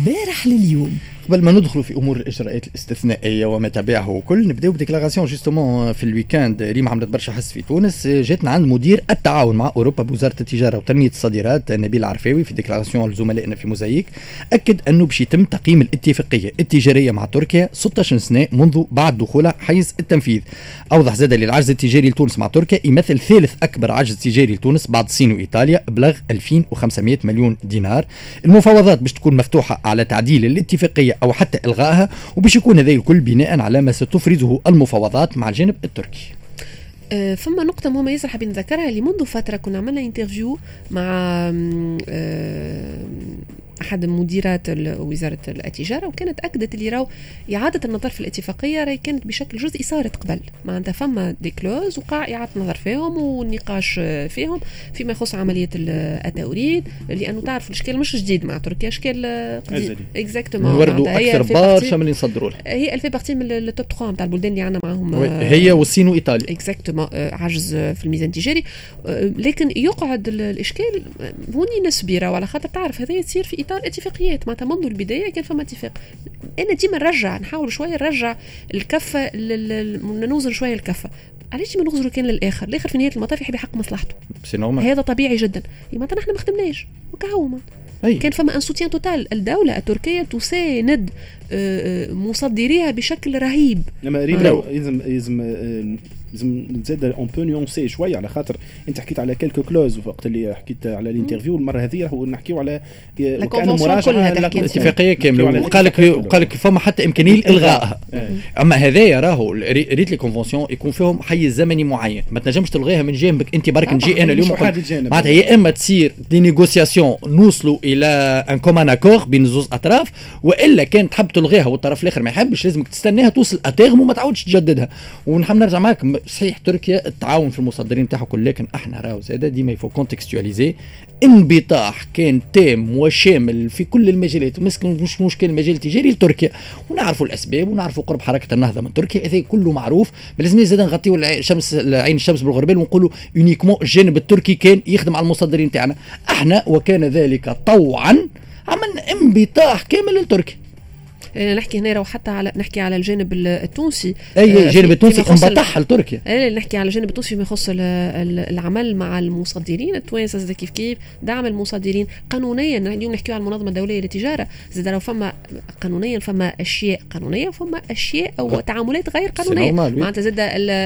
البارح لليوم. قبل ما ندخل في امور الاجراءات الاستثنائيه وما تبعه وكل، نبداو بديكلاراسيون جوستومون في الويكاند. ريما عملت برشا حس في تونس، جاتنا عند مدير التعاون مع اوروبا بوزاره التجاره وتنميه الصادرات نبيل عرفاوي في ديكلاراسيون لزملائنا في موزايك، اكد انه باش يتم تقييم الاتفاقيه التجاريه مع تركيا 16 سنه منذ بعد دخولها حيز التنفيذ. اوضح زاد للعجز التجاري لتونس مع تركيا يمثل ثالث اكبر عجز تجاري لتونس بعد الصين وايطاليا بلغ 2500 مليون دينار. المفاوضات باش تكون مفتوحه على تعديل الاتفاقيه او حتى الغائها، وباش يكون هذا الكل بناء على ما ستفرزه المفاوضات مع الجانب التركي. فما نقطة مهمة ياسر حابين نذكرها، اللي منذ فترة كنا عملنا انترفيو مع أحد مديرات وزارة التجارة، وكانت أكدت اللي راو إعادة النظر في الاتفاقية راهي كانت بشكل جزئي صارت قبل، معناتها فما دي كلوز وقع إعادة النظر فيهم والنقاش فيهم فيما يخص عملية التوريد، لأنه تعرف الإشكال مش جديد مع تركيا، إشكال قديم. إكزاكتومون. نوردوا أكثر برشا من اللي نصدروا لها. هي الفي بارتي من التوب 3 نتاع البلدان اللي عندنا معهم. هي والصين وإيطاليا. إكزاكتومون. عجز في الميزان التجاري، لكن يقعد الإشكال هوني نسبي، وعلى خاطر تعرف هذا يصير في إطار اتفاقيات، معناتها منذ البداية كان فما اتفاق. أنا ديما نحاول شوية نرجع الكفة نوزن شوية الكفة. علاش ما نغزروا كان للآخر؟ الآخر في نهاية المطاف يحب يحقق مصلحته، هذا طبيعي جدا. معناتها نحن ما خدمناش وكهو كان فما ان سوتيان توتال. الدولة التركية تساند مصدريها بشكل رهيب. لما لازم نزيد اون بو نيونسي شويه، على خاطر انت حكيت على كلكو كلوز وقت اللي حكيت على الانترفيو المره هذه راهو نحكيو على كان مراجعه الاتفاقيه كامله، وقال لك فما حتى امكانيه الغائها. اما هذايا راهو ريت لي كونفونسيون يكون فيهم حيز زمني معين، ما تنجمش تلغيها من جانبك انت برك نجي انا اليوم. معناتها يا اما تصير دي نيغوسياسيون نوصلوا الى ان كومان اكور بين زوج اطراف، والا كان تحب تلغيها والطرف الاخر ما يحبش، لازمك تستناها توصل اتاغم وما تعاودش تجددها. ونحب نرجع معاك، صحيح تركيا التعاون في المصدرين تاعها كل، لكن احنا راهو زاده ديما يفو كونتكستواليزي. انبطاح كان تام وشامل في كل المجالات، مش مشكل المجال التجاري لتركيا، ونعرفوا الاسباب ونعرفوا قرب حركه النهضه من تركيا، هذا كله معروف. لازم زاده نغطيو عين الشمس بالغربال ونقولوا يونيكمون الجانب التركي كان يخدم على المصدرين تاعنا احنا، وكان ذلك طوعا عملنا انبطاح كامل لتركيا. نحكي هنا وحتى على نحكي على الجانب التونسي، اي الجانب التونسي انبطح لتركيا. نحكي على الجانب التونسي فيما يخص العمل مع المصدرين التوانسه، كيف دعم المصدرين قانونيا. اليوم نحكي على المنظمه الدوليه للتجاره، زاد لو فما قانونيا فما اشياء قانونيه وفما اشياء او تعاملات غير قانونيه، معناتها زاد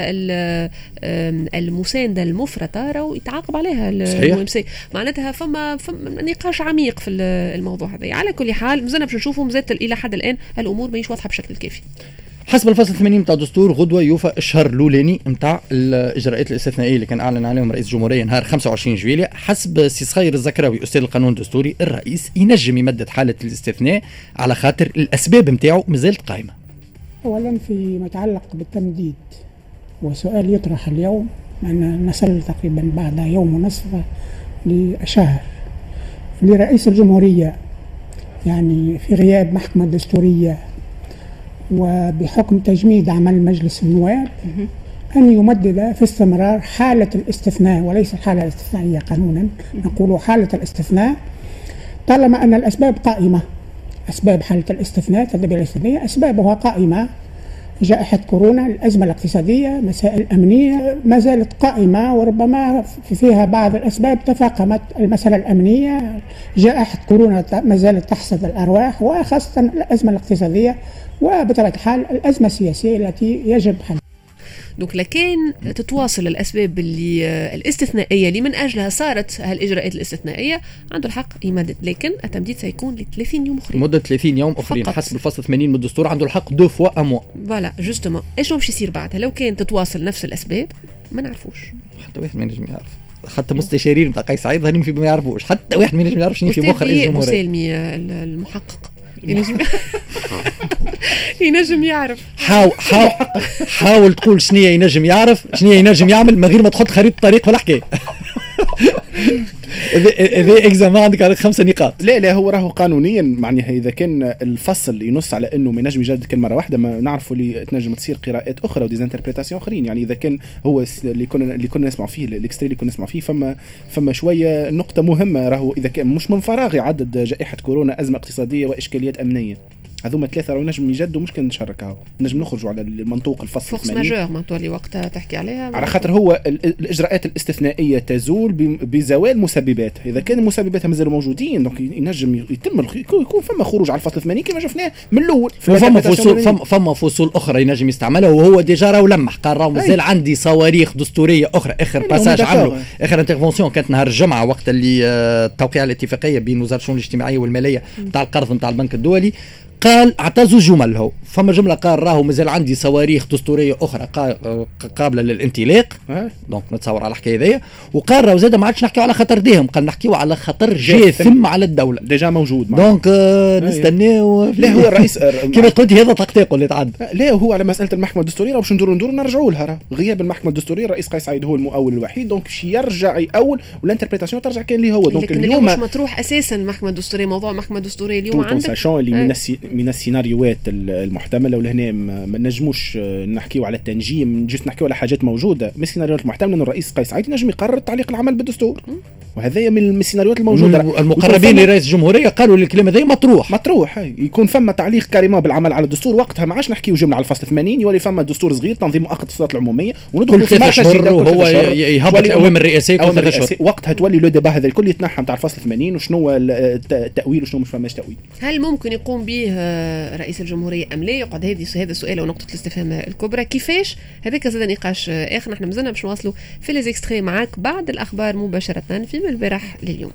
المسانده المفرطه راهو يتعاقب عليها الممسك. معناتها فما نقاش عميق في الموضوع هذا. على كل حال مازلنا باش نشوفوا مازالت الى حد الان الامور ماهيش واضحه بشكل كافي. حسب الفصل 80 نتاع الدستور، غدوه يوفى الشهر الاولاني نتاع الاجراءات الاستثنائيه اللي كان اعلن عليهم رئيس الجمهوريه نهار 25 جويلية. حسب سي صخير الزكراوي استاذ القانون الدستوري، الرئيس ينجم يمدد حاله الاستثناء على خاطر الاسباب نتاعو مازالت قائمه. اولا فيما يتعلق بالتمديد، وسؤال يطرح اليوم، أن نصل تقريبا بعد يوم ونصف لشهر لرئيس الجمهورية، يعني في غياب محكمة دستورية وبحكم تجميد عمل مجلس النواب، أن يمدد في استمرار حالة الاستثناء، وليس الحالة الاستثنائية قانونا، نقول حالة الاستثناء، طالما أن الأسباب قائمة. أسباب حالة الاستثناء التدابير الاستثنائية أسبابها قائمة، جائحة كورونا، الأزمة الاقتصادية، مسائل أمنية ما زالت قائمة، وربما فيها بعض الأسباب تفاقمت. المسألة الأمنية، جائحة كورونا ما زالت تحصد الأرواح، وخاصة الأزمة الاقتصادية، وبطبيعة الحال الأزمة السياسية التي يجب حلها. دونك لكن تتواصل الأسباب اللي الاستثنائية اللي من أجلها صارت هالإجراءات الاستثنائية، عنده الحق يمدد، لكن التمديد سيكون ل 30 يوم أخرين، مدة 30 يوم أخرين حسب الفصل 80 من الدستور. عنده الحق 2 فوا أموا. فوالا جوستومون. إيش باش يصير بعدها لو كان تتواصل نفس الأسباب؟ ما نعرفوش، حتى واحد ما ينجم يعرف، حتى مستشارين نتاع قيس سعيد هني ما يعرفوش، حتى واحد ما ينجم يعرف شنو في مخ رئيس الجمهورية. مسالمي المحقق ينجم يعرف. حاول تقول شنية ينجم يعرف، شنية ينجم يعمل، من غير ما تحط خريطة طريق ولا حكاية. اذا اكزامان عندك على 5 نقاط. لا هو راهو قانونيا معناها اذا كان الفصل ينص على انه ما ينجم يجدد كل مره واحده، ما نعرفوا اللي تنجم تصير قراءات اخرى وديزانتربريتاسيون اخرين. يعني اذا كان هو اللي كنا نسمع فيه الاكستري اللي كنا نسمع فيه فما شويه نقطه مهمه، راهو اذا كان مش من فراغ يعدد جائحه كورونا ازمه اقتصاديه واشكاليات امنيه. هذوما 3 راهو نجم يجدوا، مش كان نشاركها نجم نخرجوا على المنطوق الفصل فورس ماجور معناتها اللي وقتها تحكي عليها، على خاطر هو الاجراءات الاستثنائيه تزول بزوال مسبباتها. اذا كان مسبباتها مازالوا موجودين دونك ينجم يتم يكون فما خروج على الفصل 80 كما شفناه من الاول. فما فصول اخرى ينجم يستعملها، وهو ديجا راهو لمح قال راهو مازال عندي صواريخ دستوريه اخرى. اخر باساج عملوا اخر انترفونسيون كانت نهار الجمعه وقت اللي التوقيع الاتفاقيه بين وزاره الشؤون الاجتماعيه والماليه نتاع القرض نتاع البنك الدولي. قال عطى زوج جمل. هو فما جمله قال راهو مازال عندي صواريخ دستوريه اخرى قابله للانطلاق، دونك نتصور على الحكايه هذيا. وقال راهو زاد ما عادش نحكيو على خطر دهم، قال نحكيو على خطر جاثم على الدوله ديجا موجود. دونك نستناو. لا هو الرئيس كما قلت هذا تقطيق اللي تعدى. لا هو على مساله المحكمه الدستوريه باش ندوروا نرجعوا لها. غياب المحكمه الدستوريه الرئيس قيس سعيد هو المؤول الوحيد، دونك باش يرجع يأول والانتربريتاسيون ترجع كان اللي هو. دونك اليوم مش مطروح اساسا المحكمه الدستوريه. موضوع المحكمه الدستوريه اليوم عندك من السيناريوهات المحتمله، ولهنا ما نجموش نحكيو على التنجيم، نجيش نحكيو على حاجات موجوده. من السيناريوهات المحتمله انه الرئيس قيس سعيد ينجم يقرر تعليق العمل بالدستور، وهذا من السيناريوهات الموجوده. المقربين لرئيس الجمهوريه قالوا الكلمه هذه مطروح يكون فما تعليق كريمه بالعمل على الدستور. وقتها ما عادش نحكيو جمله على الفصل 80، يولي فما دستور صغير تنظيم مؤقت السلطات العموميه وندخلوا في مرحله هو يهبط الاوامر الرئاسيه كل شهر. وقتها تولي لو ديبا هذا الكل يتنحى نتاع الفصل 80 وشنو التاويل وشنو مش فماش تاويل. هل ممكن يقوم به رئيس الجمهوريه ام لا؟ يقعد هذا السؤال ونقطه الاستفهام الكبرى. كيفاش هذاك زاد نقاش اخر. نحن مازلنا باش نواصلوا في لي زيكستري معاك بعد الاخبار مباشره في من البارح لليوم.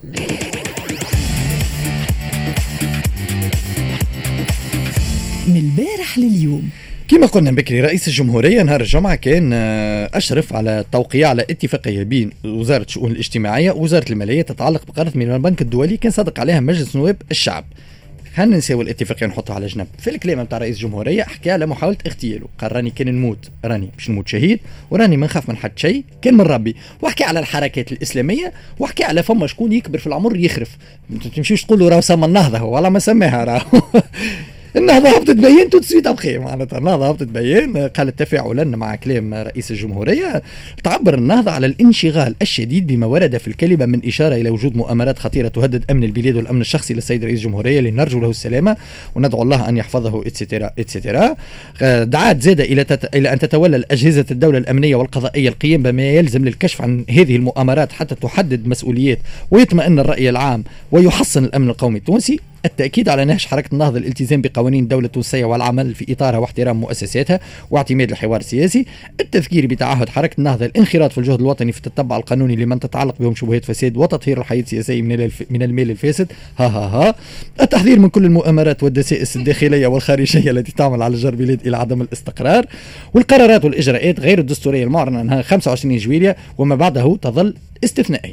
من البارح لليوم. كما قلنا بكري رئيس الجمهورية نهار الجمعة كان أشرف على التوقيع على اتفاقية بين وزارة الشؤون الاجتماعية ووزارة المالية تتعلق بقرض من البنك الدولي كان صادق عليها مجلس نواب الشعب. خلينا نساوي الاتفاقية نحطها على جنب. في الكلام نتاع رئيس الجمهورية حكى على محاولة اغتياله، قال راني كان نموت راني باش نموت شهيد، وراني ما نخاف من حد شيء كان من ربي. وحكى على الحركات الإسلامية، وحكى على فما شكون يكبر في العمر يخرف. ما تمشيش تقول له راهو سمى النهضة ولا ما سماها راهو النهضة هبطت تبين تسويت أبخي معناتها النهضة هبطت تبين. قالت تفاعلا مع كلام رئيس الجمهورية تعبر النهضة على الانشغال الشديد بما ورد في الكلمة من إشارة إلى وجود مؤامرات خطيرة تهدد أمن البلاد والأمن الشخصي للسيد رئيس الجمهورية اللي نرجو له السلامة وندعو الله أن يحفظه اتسترا. دعات زاد إلى أن تتولى أجهزة الدولة الأمنية والقضائية القيام بما يلزم للكشف عن هذه المؤامرات حتى تحدد مسؤوليات ويطمئن الرأي العام ويحصن الأمن القومي التونسي. التأكيد على نهج حركة النهضة الالتزام بقوانين الدولة التونسية والعمل في إطارها واحترام مؤسساتها واعتماد الحوار السياسي. التذكير بتعهد حركة النهضة الانخراط في الجهد الوطني في التتبع القانوني لمن تتعلق بهم شبهات فساد وتطهير الحياة السياسية من المال الفاسد. التحذير من كل المؤامرات والدسائس الداخلية والخارجية التي تعمل على جر البلاد إلى عدم الاستقرار. والقرارات والإجراءات غير الدستورية المعلن عنها 25 جويلية وما بعده تظل استثنائية.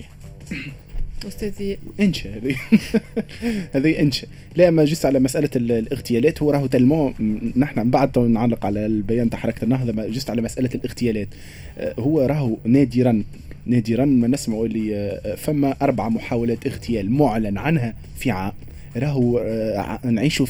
أستاذي انشا هذه انشا. لا ما جيس على مسألة الاغتيالات هو راهو تلمو نحن بعد نعلق على البيان تاع حركة النهضة. ما جيس على مسألة الاغتيالات هو راهو نادرا ما نسمع اللي فما 4 محاولات اغتيال معلن عنها في عام. راهو نعيشوا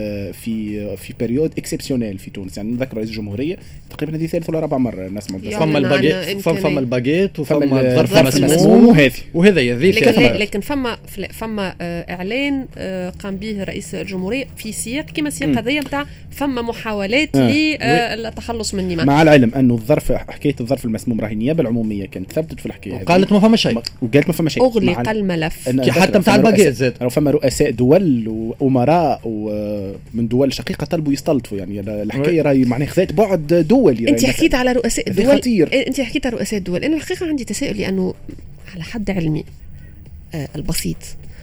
في بريود اكسبسيونيل في تونس. يعني نذكر رئيس الجمهوريه تقريبا هذه 3 ولا 4 مرة نسمع فما الباجيت وفما الظرف المسموم وهذا يذيب. لكن فما اعلان قام به رئيس الجمهوريه في سياق كما سياق هذايا نتاع فما محاولات للتخلص من النماء. مع العلم انه حكايه الظرف المسموم راهي النيابه العموميه كانت ثبتت في الحكايه قالت ما فما شيء وقالت ما فما شيء اغلق الملف حتى نتاع الباجيت زاد. فما رؤساء دول وامراء ومن دول شقيقه طلبوا يستلطفوا. يعني الحكايه راهي معناها خذت بعد دولي. انت حكيت على رؤساء الدول انت حكيت على رؤساء الدول. انا الحقيقه عندي تساؤل لانه على حد علمي البسيط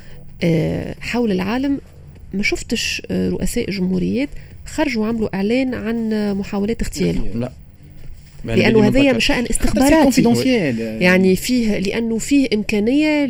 حول العالم ما شفتش رؤساء جمهوريات خرجوا عملوا اعلان عن محاولات اغتيال. لا لانه هذا مش شأن استخباراتي يعني فيه لانه فيه امكانيه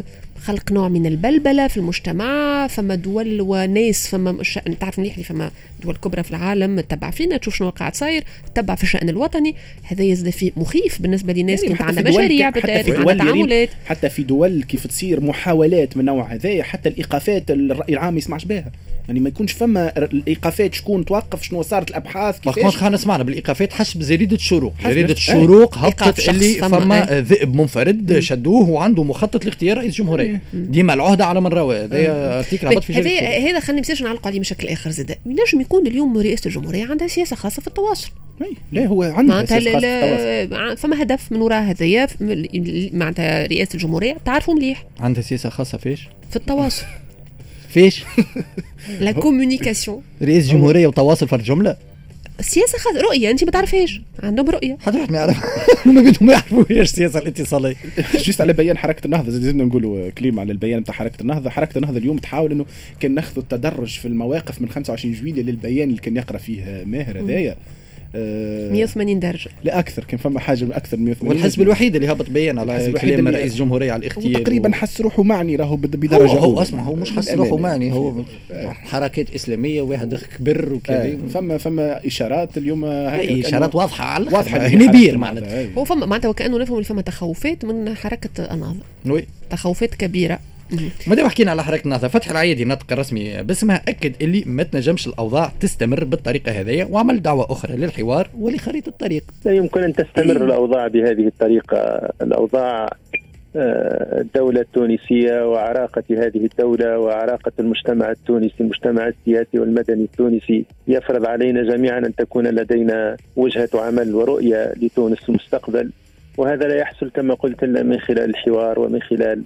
خلق نوع من البلبلة في المجتمع. فما دول وناس فما تعرف مليح لي فما دول كبرى في العالم تتبع فينا، تشوف شنو قاعد صاير، تتبع في الشأن الوطني. هذا يزداد فيه مخيف بالنسبة لناس كانت عندها مشاريع، عندها تعاملات. حتى في دول كيف تصير محاولات من نوع هذا، حتى الإيقافات الرأي العام يسمعش بها، يعني ما يكونش فما الإيقافات شكون توقف، شنو صارت الأبحاث كيفاش. خلينا نسمعنا بالإيقافات حسب جريدة الشروق. جريدة الشروق هبطت اللي فما ذئب منفرد شدوه وعنده مخطط لاختيار رئيس جمهورية. ديما العهدة على من رواه. هذا ارتيكل هبط في جريدة الشروق. هذا خلينا نمسيش نعلق عليه بشكل آخر. زاد ينجم يكون اليوم رئاسة الجمهورية عندها سياسة خاصة في التواصل. لا هو عندها سياسة خاصة في التواصل. فما هدف من وراء هذايا معناتها رئاسة الجمهورية تعرفوا مليح عندها سياسة خاصة فيش في التواصل. فيش لا كومونيكاسيون. رئيس جمهورية وتواصل فرد جملة. سياسة خاصة، رؤية أنت ما تعرفهاش، عندهم رؤية. حد واحد ما يعرف. ما بدهم يعرفوا ايش السياسة الاتصالية. جيست على بيان حركة النهضة، زدنا نقولوا كلمة على البيان بتاع حركة النهضة. حركة النهضة اليوم تحاول إنه كان ناخذ التدرج في المواقف من 25 جويلية للبيان اللي كان يقرأ فيه ماهر هذايا 180 درجة لا أكثر، كان فما حاجة من أكثر من 180. والحزب الوحيد اللي هبط بيان على كلام رئيس جمهورية على الاختيار تقريبا حس روحه معني، راهو بدرجة هو اسمع، هو مش حس روحه معني، هو حركات إسلامية واحد كبر وكذا. فما إشارات اليوم، إشارات واضحة هني بير معناتها. هو فما معناتها وكأنه نفهم فما تخوفات من حركة النهضة. تخوفات كبيرة. ما دام حكينا على حركة النهضة، فتحي العيادي الناطق الرسمي باسمها أكد اللي ما تنجمش الأوضاع تستمر بالطريقة هذه، وعمل دعوة أخرى للحوار ولخريطة الطريق. لا يمكن أن تستمر الأوضاع بهذه الطريقة. الأوضاع الدولة التونسية وعراقة هذه الدولة وعراقة المجتمع التونسي، المجتمع السياسي والمدني التونسي، يفرض علينا جميعا أن تكون لدينا وجهة عمل ورؤية لتونس المستقبل، وهذا لا يحصل كما قلت إلا من خلال الحوار ومن خلال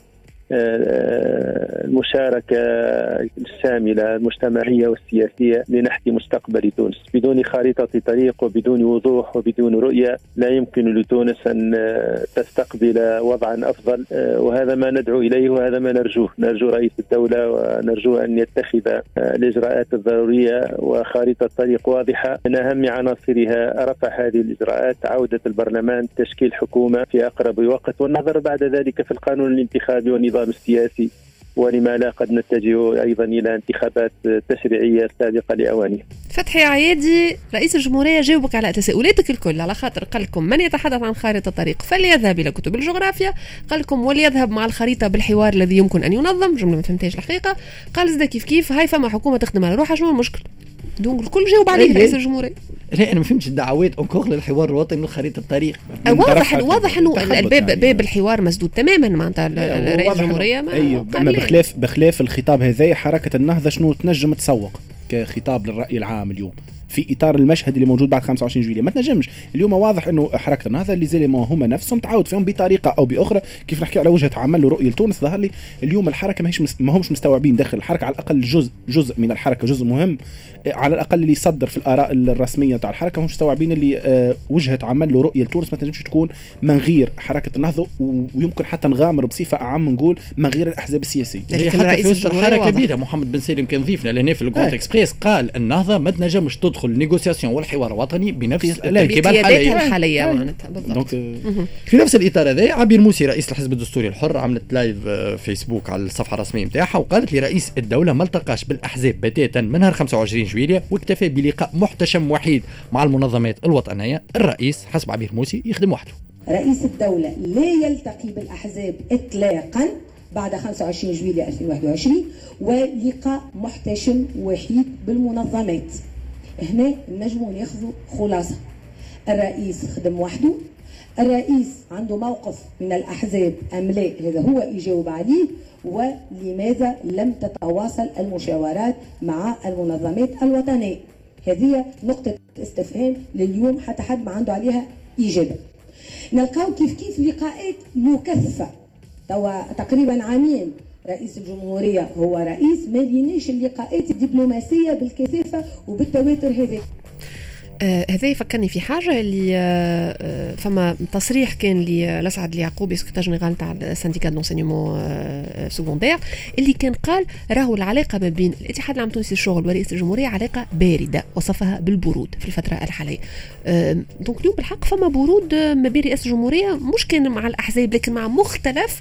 المشاركة الشاملة المجتمعية والسياسية لنحكي مستقبل تونس. بدون خارطة طريق وبدون وضوح وبدون رؤية لا يمكن لتونس أن تستقبل وضعا أفضل، وهذا ما ندعو إليه وهذا ما نرجوه. نرجو رئيس الدولة ونرجو أن يتخذ الإجراءات الضرورية وخارطة طريق واضحة. من أهم عناصرها رفع هذه الإجراءات، عودة البرلمان، تشكيل حكومة في أقرب وقت، والنظر بعد ذلك في القانون الانتخابي والنظام السياسي، ولما لا قد نتجه أيضا إلى انتخابات تشريعية سابقة لأوانها. فتحي عيادي رئيس الجمهورية جاوبك على تساؤلاتك الكل، على خاطر قال لكم من يتحدث عن خارطة طريق فليذهب إلى كتب الجغرافيا، قال لكم وليذهب مع الخريطة بالحوار الذي يمكن أن ينظم. جملة ما فهمتهاش الحقيقة. قال زدا كيف هاي فما حكومة تخدم على روحها، شنو المشكل؟ دونك الكل جاوب عليه رئيس الجمهورية. لا انا ما فهمتش الدعوات انكور للحوار الوطني من خريطه الطريق. واضح انه باب الحوار مسدود تماما معناتها رئيس الجمهوريه. بخلاف الخطاب هذا، حركه النهضه شنو تنجم تسوق كخطاب للراي العام اليوم في اطار المشهد اللي موجود بعد 25 جويلية؟ ما تنجمش. اليوم واضح انه حركه النهضه اللي زي ما هم نفسهم تعاود فيهم بطريقه او باخرى. كيف نحكي على وجهه عمل ورؤيه لتونس، ظهر لي اليوم الحركه ما همش مستوعبين داخل الحركه، على الاقل جزء من الحركه، جزء مهم على الاقل اللي يصدر في الاراء الرسميه تاع الحركه، مش مستوعبين اللي وجهه عمل ورؤيه لتونس ما تنجمش تكون من غير حركه النهضه، ويمكن حتى نغامر بصفه اعم نقول من غير الاحزاب السياسيه. حتى في الحركه كبيره محمد بن سالم كان ضيفنا لهنا في الكونت اكسبريس، قال النهضه ما تنجمش تدخل نيغوسياسيون والحوار الوطني بنفس التركيبه الحاليه معناتها بالضبط. في نفس الاطار هذا عبير موسي رئيس الحزب الدستوري الحر عملت لايف فيسبوك على الصفحه الرسميه نتاعها، وقالت لي رئيس الدوله ما التقاش بالاحزاب بتاتا من نهار 25 جويلية، واكتفى بلقاء محتشم وحيد مع المنظمات الوطنية. الرئيس حسب عبير موسي يخدم وحده. رئيس الدولة لا يلتقي بالأحزاب إطلاقا بعد 25 جويلية 2021، ولقاء محتشم وحيد بالمنظمات. هنا نجموا ناخذوا خلاصة، الرئيس خدم وحده، الرئيس عنده موقف من الأحزاب أم لا، هذا هو يجاوب عليه. ولماذا لم تتواصل المشاورات مع المنظمات الوطنية؟ هذه نقطة استفهام لليوم حتى حد ما عنده عليها إجابة. نلقاو كيف لقاءات مكثفة توا تقريبا عامين رئيس الجمهورية هو رئيس، ما ليناش اللقاءات الدبلوماسية بالكثافة وبالتواتر هذه. هذا يفكرني في حاجة اللي فما تصريح كان لأسعد اليعقوبي سكرتير جنرال تاع السانديكا دونسينيمون سكوندير اللي كان قال راهو العلاقة ما بين الاتحاد العام التونسي للشغل ورئيس الجمهورية علاقة باردة، وصفها بالبرود في الفترة الحالية. دونك اليوم بالحق فما برود ما بين رئاسة الجمهورية، مش كان مع الأحزاب لكن مع مختلف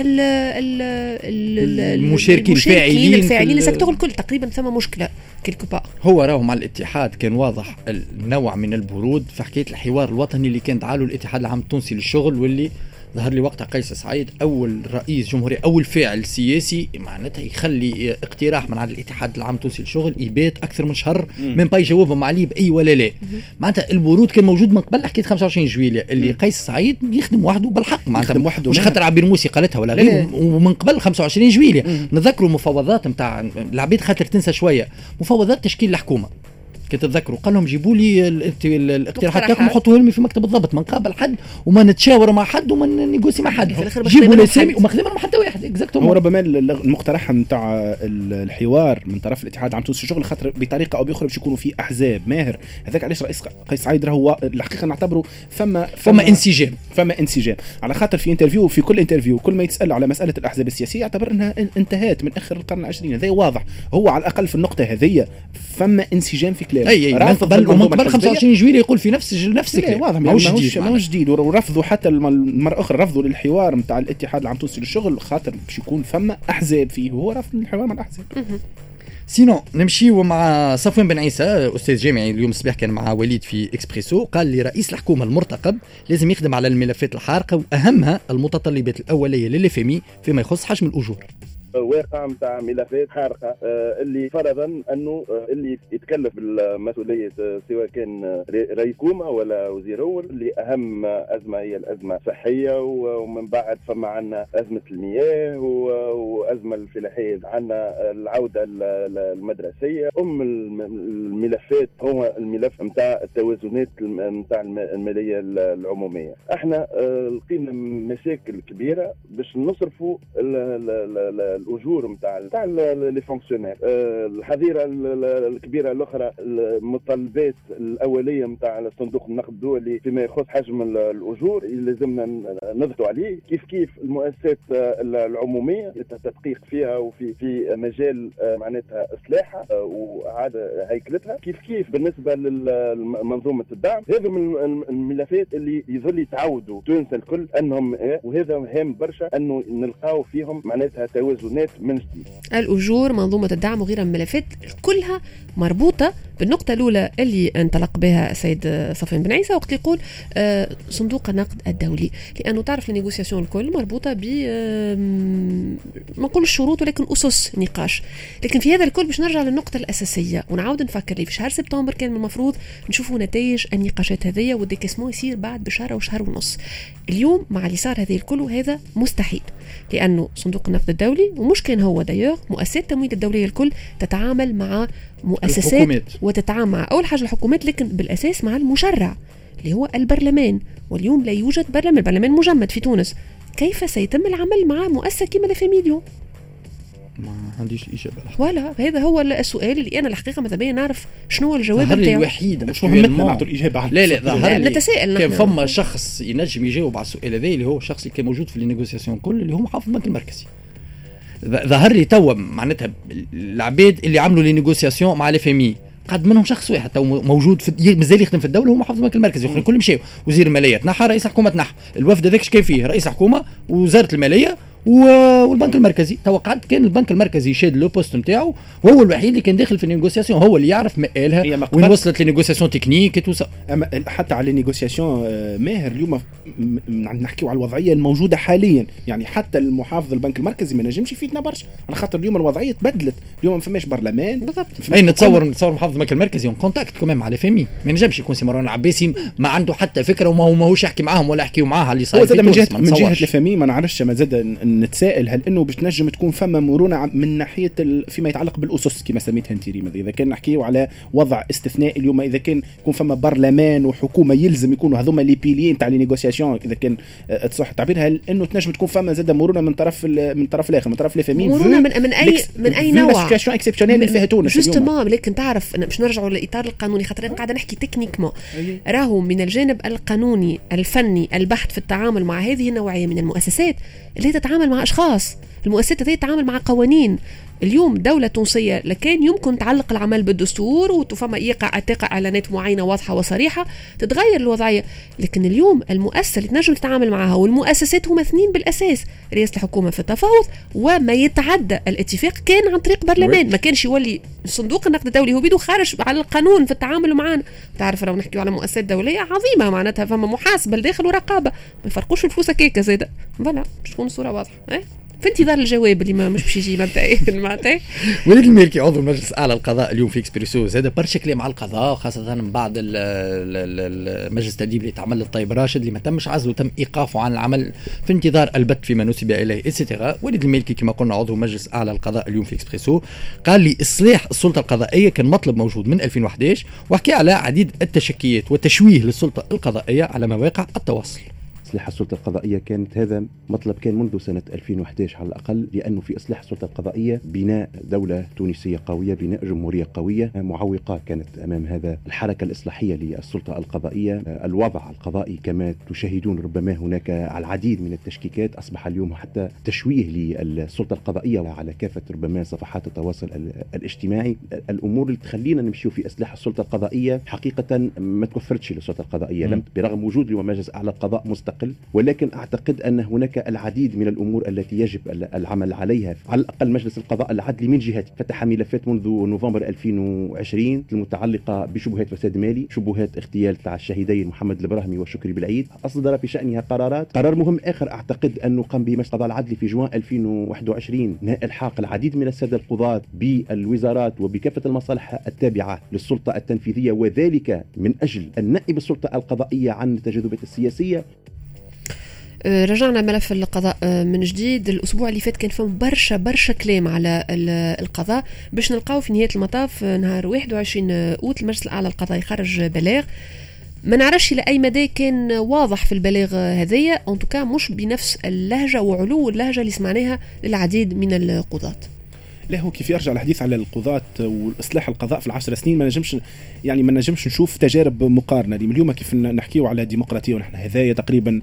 المشاركين الفاعلين السيكتور الكل. تقريبا ثم مشكلة كيلكو با. هو راهو مع الاتحاد كان واضح النوع من البرود في حكاية الحوار الوطني اللي كان دعاله الاتحاد العام التونسي للشغل، واللي ظهر لي وقتها قيس سعيد أول رئيس جمهورية أول فاعل سياسي معناتها يخلي اقتراح من على الاتحاد العام التونسي للشغل يبات أكثر من شهر من باي جوابهم عليه بأي ولا لا. معناتها البرود كان موجود من قبل حكاية 25 جويلية اللي قيس سعيد يخدم وحده بالحق، معناتها مش خاطر عبير موسي قالتها ولا غير، ومن قبل 25 جويلية نذكروا المفاوضات نتاع العبيد خاطر تنسى شوية مفاوضات تشكيل الحكومة تتذكروا قال لهم جيبوا لي الاقتراحات تاعكم وحطوها لي في مكتب الضبط، ما نقابل حد وما نتشاور مع حد وما نيغوسي مع حد، جيبوا لي سامي وما خدمنا مع حتى واحد اكزاكتومون. هو ربما المقترح نتاع الحوار من طرف الاتحاد العام التونسي للشغل خاطر بطريقه او باخرى باش يكونوا في احزاب ماهر، هذاك علاش رئيس قيس سعيد راهو الحقيقه نعتبره فما انسجام على خاطر في كل انترفيو كل ما يتسال على مساله الاحزاب السياسيه يعتبر انها انتهت من اخر القرن العشرين. هذا واضح، هو على الاقل في النقطه هذه فما انسجام في كلامه. من قبل 25 جويلية يقول في نفس الكلام، واضح ماهوش جديد. ورفضوا حتى المره اخرى رفضوا للحوار نتاع الاتحاد العام التونسي للشغل خاطر باش يكون فما احزاب فيه، هو رفض الحوار مع الاحزاب. سينو نمشيو مع صفوان بن عيسى استاذ جامعي اليوم الصباح كان مع وليد في اكسبريسو، قال لي رئيس الحكومه المرتقب لازم يخدم على الملفات الحارقه واهمها المتطلبات الاوليه للفمي فيما يخص حجم الاجور. واقع نتاع ملفات حارقه اللي فرضا انه اللي يتكلف بالمسؤوليه سواء كان رئيس حكومه ولا وزير اول، اللي اهم ازمه هي الازمه الصحيه، ومن بعد فما عندنا ازمه المياه وازمه الفلاحيه، عندنا العوده المدرسيه. الملفات هو الملف نتاع التوازنات نتاع الماليه العموميه. احنا لقينا مشاكل كبيره باش نصرفوا الاجور نتاع لي فونكسيونير. الحظيره الكبيره الاخرى المتطلبات الاوليه نتاع صندوق النقد الدولي فيما يخص حجم الاجور اللي لازمنا نضغطوا عليه. كيف المؤسسات العموميه التدقيق فيها وفي مجال معناتها اصلاحها واعاده هيكلتها. كيف بالنسبه لمنظومه الدعم. هذا من الملفات اللي يظل يتعودوا تونس الكل انهم وهذا هام برشا انه نلقاو فيهم معناتها توازنات من جديد. الأجور، منظومة الدعم وغيرها من الملفات كلها مربوطة بالنقطة الأولى اللي انطلق بها السيد صفوان بن عيسى وقت يقول صندوق النقد الدولي، لأنه تعرف النيغوسياسيون الكل مربوطة ب ما نقول الشروط ولكن أسس نقاش. لكن في هذا الكل باش نرجع للنقطة الأساسية ونعاود نفكر لي في شهر سبتمبر كان من المفروض نشوفوا نتائج النقاشات هذية، والديكاسمون يصير بعد بشهر أو شهر ونص. اليوم مع اللي صار هذه الكل وهذا مستحيل، لأنه صندوق النقد الدولي ومش كان هو دايوغ مؤسسات التمويل الدولية الكل تتعامل مع مؤسسات الحكومات. وتتعامل مع أول حاجة الحكومات لكن بالأساس مع المشرع اللي هو البرلمان، واليوم لا يوجد برلمان مجمد في تونس. كيف سيتم العمل مع مؤسسة كما الفاميليو؟ ما عنديش إجابة. ولا هذا هو السؤال اللي أنا الحقيقة ما تبين نعرف شنو هو الجواب بتاعه. الوحيد مش مهم نعطوا الإجابة. لا ظهر لي نتساءل كان فما شخص ينجم يجاوب على السؤال هذا اللي هو الشخص اللي كان موجود في النيغوسياسيون كل اللي هو محافظ البنك المركزي. ظهر لي توا معناتها العباد اللي عملوا لي نيغوسياسيون مع الفامي قد منهم شخص واحد تو موجود مازال يخدم في الدوله هو محافظ البنك المركزي، الاخرين كلهم مشاو. وزير الماليه تنحى، رئيس حكومه تنحى، الوفد هذاك كان فيه رئيس حكومه ووزاره الماليه والبنك المركزي. توقعت كان البنك المركزي شاد لو بوست نتاعو وهو الوحيد اللي كان داخل في النيغوسياسيون، هو اللي يعرف مقالها وين وصلت للنيغوسياسيون تكنيك توسا. اما حتى على النيغوسياسيون ماهر اليوم نحكيو على الوضعيه الموجوده حاليا، يعني حتى المحافظ البنك المركزي ما نجمش يفيدنا برشا على خاطر اليوم الوضعيه تبدلت. اليوم ما فماش برلمان بالضبط. اي نتصور محافظ البنك المركزي اون كونتاكت كمان مع الفامي، ما نجمش يكون سي مروان العباسي ما عنده حتى فكره وما هوش يحكي معاهم ولا يحكيوا معاها اللي صاير. من جهه الفامي ما نعرفش ما زاد نتسائل هل انه باش تنجم تكون فما مرونه من ناحيه فيما يتعلق بالاسس كما سميتها انت ريما، اذا كان نحكيو على وضع استثنائي اليوم، اذا كان يكون فما برلمان وحكومه يلزم يكونوا هذوما لي بيليي نتاع لي نيغوسياسيون، اذا كان تصح التعبير، هل انه تنجم تكون فما زاد مرونه من طرف الاخر، من طرف الفامين، مرونه من اي نوع سيتواسيون اكسبسيونيل اللي فيها تونس جوستومون. لكن تعرف باش نرجعوا للاطار القانوني، خاطر انا قاعده نحكي تكنيكمون. راهو من الجانب القانوني الفني البحث في التعامل مع هذه النوعيه من المؤسسات اللي تتعامل مع اشخاص، المؤسسات هذه تتعامل مع قوانين. اليوم دولة تونسية لكان يمكن تعلق العمل بالدستور وتفهم تقع اعلانات معينة واضحة وصريحة تتغير الوضعية، لكن اليوم المؤسسة اللي تنجم تتعامل معها والمؤسسات هما اثنين بالأساس، رئاسة الحكومة في التفاوض، وما يتعدى الاتفاق كان عن طريق برلمان، ما كانش يولي صندوق النقد الدولي هو بيدو خارج على القانون في التعامل معنا. تعرف لو نحكي على مؤسسات دولية عظيمة معناتها فما محاسبة لداخل ورقابة، ما يفرقوش الفلوس هكاكا زاده، فوالا باش تكون الصورة واضحة. في انتظار الجواب اللي مش باش يجي مبدئيا معناتها. وليد المالكي عضو مجلس اعلى القضاء اليوم في اكسبريسو، زاد برشا كلام على القضاء خاصه من بعد المجلس التأديب اللي تعمل للطيب راشد اللي ما تمش عزله، تم ايقافه عن العمل في انتظار البت فيما نسب اليه اتسيتيرا. وليد المالكي كما قلنا عضو مجلس اعلى القضاء اليوم في اكسبريسو قال لي اصلاح السلطه القضائيه كان مطلب موجود من 2011، وحكي على عديد التشكيات وتشويه للسلطه القضائيه على مواقع التواصل. إصلاح السلطة القضائية كانت هذا مطلب كان منذ سنة 2011 على الأقل، لأنه في إصلاح السلطة القضائية بناء دولة تونسية قوية، بناء جمهورية قوية. معوقات كانت أمام هذا الحركة الإصلاحية للسلطة القضائية. الوضع القضائي كما تشاهدون ربما هناك العديد من التشكيكات، أصبح اليوم حتى تشويه للسلطة القضائية على كافة ربما صفحات التواصل الاجتماعي. الأمور اللي تخلينا نمشيو في إصلاح السلطة القضائية حقيقة ما توفرتش للسلطة القضائية، لم برغم وجود اليوم مجلس أعلى القضاء مستقل، ولكن أعتقد أن هناك العديد من الأمور التي يجب العمل عليها. على الأقل مجلس القضاء العدلي من جهة فتح ملفات منذ نوفمبر 2020 المتعلقة بشبهات فساد مالي، شبهات اغتيال تاع الشهيدين محمد البراهمي وشكري بالعيد، أصدر في شأنها قرارات. قرار مهم آخر أعتقد أنه قام به مجلس القضاء العدلي في جوان 2021 نهاء الحاق العديد من السادة القضاة بالوزارات وبكافة المصالح التابعة للسلطة التنفيذية، وذلك من أجل أن نائب السلطة القضائية عن التجاذبات السياسية. رجعنا ملف القضاء من جديد. الأسبوع اللي فات كان فهم برشا كلام على القضاء، باش نلقاو في نهاية المطاف نهار 21 أوت المجلس الأعلى القضاء يخرج بلاغ. ما نعرفش لأي مدى كان واضح في البلاغ هذية، أنتوكا مش بنفس اللهجة وعلو اللهجة اللي سمعناها للعديد من القضاة. لا هو كيف يرجع الحديث على القضاة والإصلاح القضاء في العشر سنين ما نجمش نشوف تجارب مقارنة. اليوم كيف نحكيو على ديمقراطية ونحن هذايا تقريبا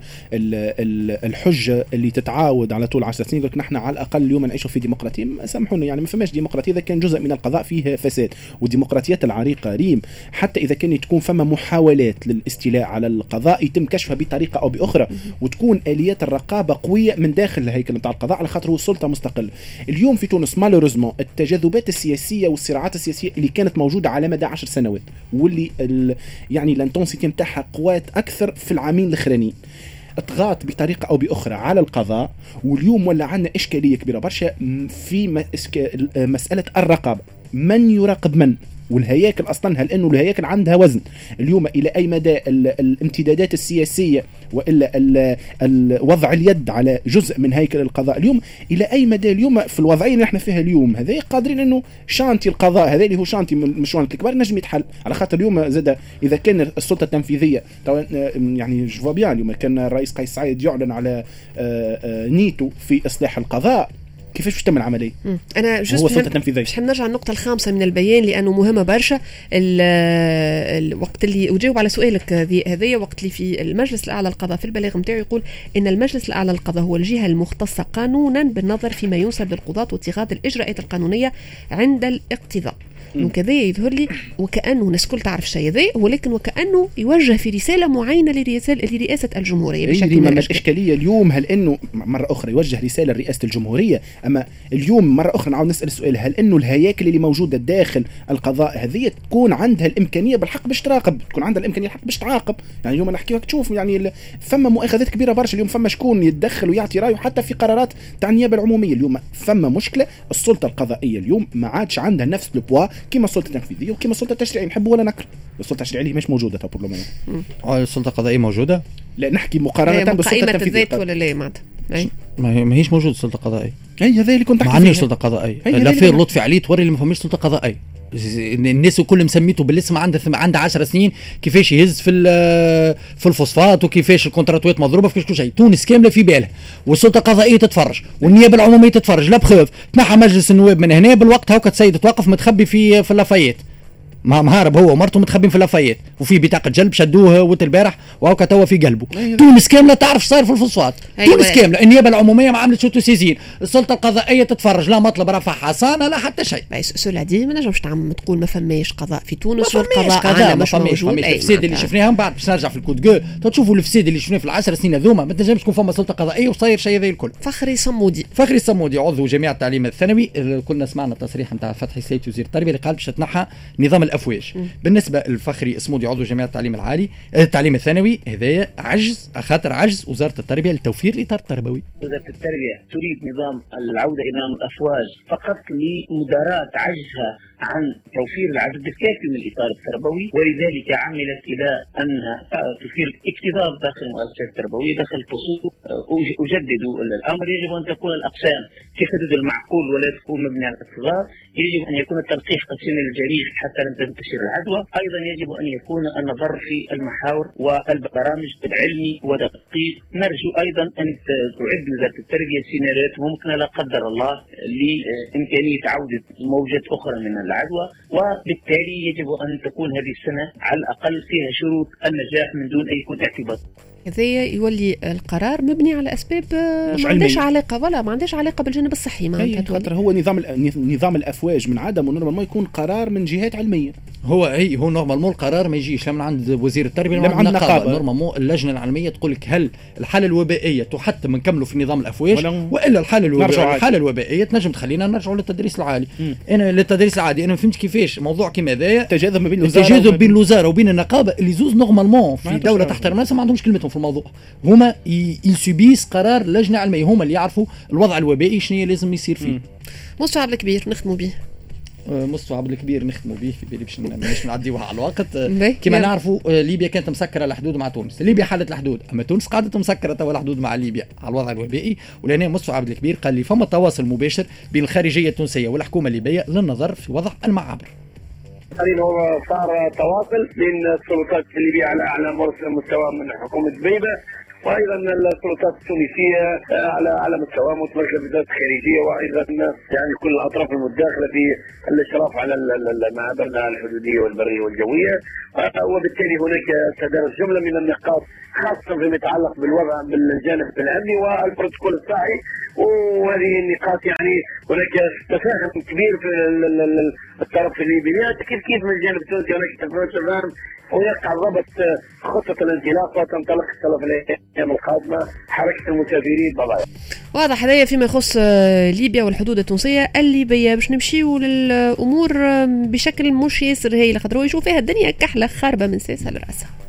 الحجة اللي تتعاود على طول 10 سنين، قلت نحن على الأقل اليوم نعيشوا في ديمقراطية. سامحوني يعني ما فماش ديمقراطية إذا كان جزء من القضاء فيه فساد، والديمقراطيات العريقة ريم حتى إذا كان تكون فما محاولات للاستيلاء على القضاء يتم كشفها بطريقة أو بأخرى، وتكون آليات الرقابة قوية من داخل الهيكل نتاع القضاء على خاطر هو السلطة مستقلة. اليوم في تونس التجاذبات السياسية والصراعات السياسية اللي كانت موجودة على مدى 10 سنوات واللي يعني الانتونسيتي متاعها قوات أكثر في العامين الأخرانيين اضغط بطريقة أو بأخرى على القضاء. واليوم ولا عندنا إشكالية كبيرة برشا في مسألة الرقابة، من يراقب من، والهياكل أصلا هل أنه الهياكل عندها وزن اليوم إلى أي مدى الامتدادات السياسية وإلا وضع اليد على جزء من هيكل القضاء اليوم إلى أي مدى اليوم في الوضعية اللي احنا فيها اليوم هذا قادرين أنه شانتي القضاء هذا اللي هو شانتي من الشوانت الكبار نجم يتحل. على خاطر اليوم زاد إذا كان السلطة التنفيذية يعني جو بيان اليوم كان الرئيس قيس سعيد يعلن على نيته في إصلاح القضاء، كيفاش باش تتم العملية؟ أنا باش نرجع النقطة الخامسة من البيان لأنه مهمة برشا. الوقت اللي أجاوب على سؤالك هذايا وقت اللي في المجلس الأعلى للقضاء في البلاغ متاعو يقول إن المجلس الأعلى للقضاء هو الجهة المختصة قانونا بالنظر فيما ينسب للقضاة واتخاذ الإجراءات القانونية عند الاقتضاء. وكذا يظهر لي وكأنه الناس كل تعرف الشيء ذا، ولكن وكأنه يوجه في رسالة معينة لرئاسة الجمهورية بشكل ما. الإشكالية اليوم هل إنه مرة أخرى يوجه رسالة لرئاسة الجمهورية، أما اليوم مرة أخرى نعاود نسأل السؤال هل إنه الهياكل اللي موجودة داخل القضاء هذه تكون عندها الإمكانية بالحق باش تراقب، تكون عندها الإمكانية بالحق باش تعاقب؟ يعني اليوم نحكي تشوف يعني فما مؤاخذات كبيرة برشا اليوم، فما شكون يتدخل ويعطي رأيه حتى في قرارات تاع النيابة العمومية. اليوم فما مشكلة، السلطة القضائية اليوم ما عادش عندها نفس البوا كما السلطة التنفيذية وكما السلطة التشريعية، نحب ولا نكره السلطة التشريعية مش موجودة بورلمان. السلطة القضائية موجودة؟ لا نحكي مقارنة بالسلطة التنفيذية ولا لا معناتها ما هيش موجود سلطه قضائيه. اي هذا اللي كنت ما عندناش سلطه قضائيه. الافير لطفي عليه توري اللي ما فماش سلطه قضائيه. الناس الكل مسميته بالاسم عنده 10 سنين كيفاش يهز في الفوسفات وكيفاش الكونتراتوات مضروبه في كل شيء. تونس كامله في بالها والسلطه القضائيه تتفرج والنيابه العموميه تتفرج. لا بخوف تنحى مجلس النواب من هنا بالوقت هاكا تسيد توقف متخبي في اللافايات مهارب هو ومرته متخبين في اللافايات وفي بطاقه جلب شدوه وقت البارح وهاكا توا في قلبه. تونس كامله تعرف صاير في الفوسفات. تونس كامله النيابه العموميه ما عملتش توسيزين. السلطه القضائيه تتفرج لا مطلب رفع حصانه لا حتى شيء. سؤال دي ما نجمش تقول ما فماش قضاء في تونس والقضاء عندنا مش موجود. الفساد اللي شفناه من بعد باش نرجع في الكودغو تشوفوا الفساد اللي شفناه في العشر سنين هذوما ما تنجمش تكون فما سلطه قضائيه وصاير شيء هذا الكل. فخري صمودي عضو جمعيه التعليم الثانوي. كنا سمعنا تصريح نتاع فتحي سيد وزير التربيه اللي قال باش تنحى نظام الافواج. بالنسبه للفخري صمودي عضو جمعيه التعليم العالي التعليم الثانوي هذايا عجز وزاره التربيه لتوفير الاطار التربوي. وزاره التربيه تريد نظام العوده الى نظام الافواج فقط لمداراة عجزها عن توفير العدد الكافي من الاطار التربوي، ولذلك عملت الى انها تثير اكتظاظ داخل المؤسسات التربويه داخل الفصول. اجدد الامر يجب ان تكون الاقسام في حدود المعقول ولا تكون مبنيه على الاكتظاظ. يجب ان يكون التلقيح قسيم الجريح حتى لم تنتشر العدوى. ايضا يجب ان يكون النظر في المحاور والبرامج العلمي ودقيق. نرجو ايضا ان تعد وزاره التربيه سيناريوهات ممكنه لا قدر الله لامكانيه عوده موجات اخرى من العدوى، وبالتالي يجب ان تكون هذه السنه على الاقل فيها شروط النجاح من دون اي يكون اعتباط. هذا يولي القرار مبني على اسباب ما عندهاش علاقه ما عندهاش علاقه بالجانب الصحي. معناتها خاطر هو نظام الافواج من عدمه نورمالمون يكون قرار من جهات علميه. هو نورمالمون القرار ما يجيش لا من عند وزير التربيه ولا من عند النقابه. نورمالمون اللجنه العلميه تقول لك هل الحاله الوبائيه تحتم نكملوا في نظام الافواج والا الحاله الوبائيه تنجم تخلينا نرجعوا للتدريس العالي. انا للتدريس العادي انا ما فهمتش كيفاش موضوع كيما هذايا تجاذب بين الوزاره وبين النقابه اللي زوز نورمالمون في دوله تحترم الناس ما عندهمش كلمتهم في الموضوع. هما يسوبيس قرار لجنه علميه هما اللي يعرفوا الوضع الوبائي شنو لازم يصير فيه. مصطفى عبد الكبير نخدموا به في بالي باش نعديوها على الوقت. كما نعرفوا ليبيا كانت مسكره الحدود مع تونس. ليبيا حلت الحدود اما تونس قعدت مسكره توا الحدود مع ليبيا على الوضع الوبائي. ولهنا مصطفى عبد الكبير قال لي فما تواصل مباشر بين الخارجيه التونسيه والحكومه الليبيه للنظر في وضع المعابر. هو صار تواصل بين السلطات الليبيه على اعلى مستوى من حكومه دبيبه وايضا السلطات التونسيه على مستوى متمركز الوزارات الخارجيه وايضا يعني كل الاطراف المتداخله في الاشراف على معابرنا الحدوديه والبريه والجويه. وبالتالي هناك تدارس جمله من النقاط خاصه فيما يتعلق بالوضع بالجانب الامني والبروتوكول الصحي. وهذه النقاط يعني هناك تفاهم كبير في الطرف الليبي. كيف من الجانب التونسي هناك تفاهم ويقع ضبط خطة الانطلاق وتنطلق الثلاث الأيام القادمة حركة المسافرين بضايع. واضح هذايا فيما يخص ليبيا والحدود التونسية الليبية. باش نمشيو للأمور بشكل مش ياسر هايل خاطر هو يشوف فيها الدنيا كحلة خاربة من ساسها لرأسها.